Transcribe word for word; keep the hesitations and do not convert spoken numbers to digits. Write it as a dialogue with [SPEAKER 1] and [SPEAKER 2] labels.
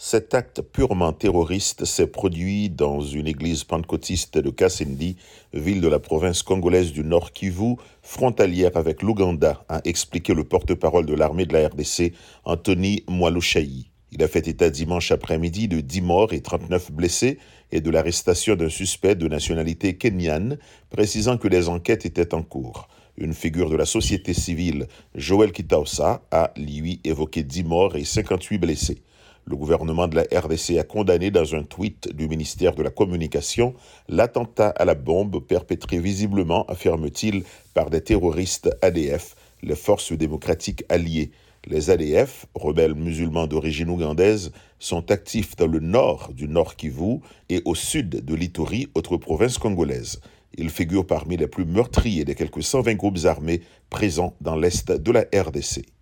[SPEAKER 1] Cet acte purement terroriste s'est produit dans une église pentecôtiste de Kasindi, ville de la province congolaise du Nord Kivu, frontalière avec l'Ouganda, a expliqué le porte-parole de l'armée de la R D C, Anthony Mwalushayi. Il a fait état dimanche après-midi de dix morts et trente-neuf blessés et de l'arrestation d'un suspect de nationalité kenyane, précisant que des enquêtes étaient en cours. Une figure de la société civile, Joël Kitausa, a, lui, évoqué dix morts et cinquante-huit blessés. Le gouvernement de la R D C a condamné dans un tweet du ministère de la Communication l'attentat à la bombe perpétré visiblement, affirme-t-il, par des terroristes A D F, les forces démocratiques alliées. Les A D F, rebelles musulmans d'origine ougandaise, sont actifs dans le nord du Nord Kivu et au sud de l'Ituri, autre province congolaise. Ils figurent parmi les plus meurtriers des quelques cent vingt groupes armés présents dans l'est de la R D C.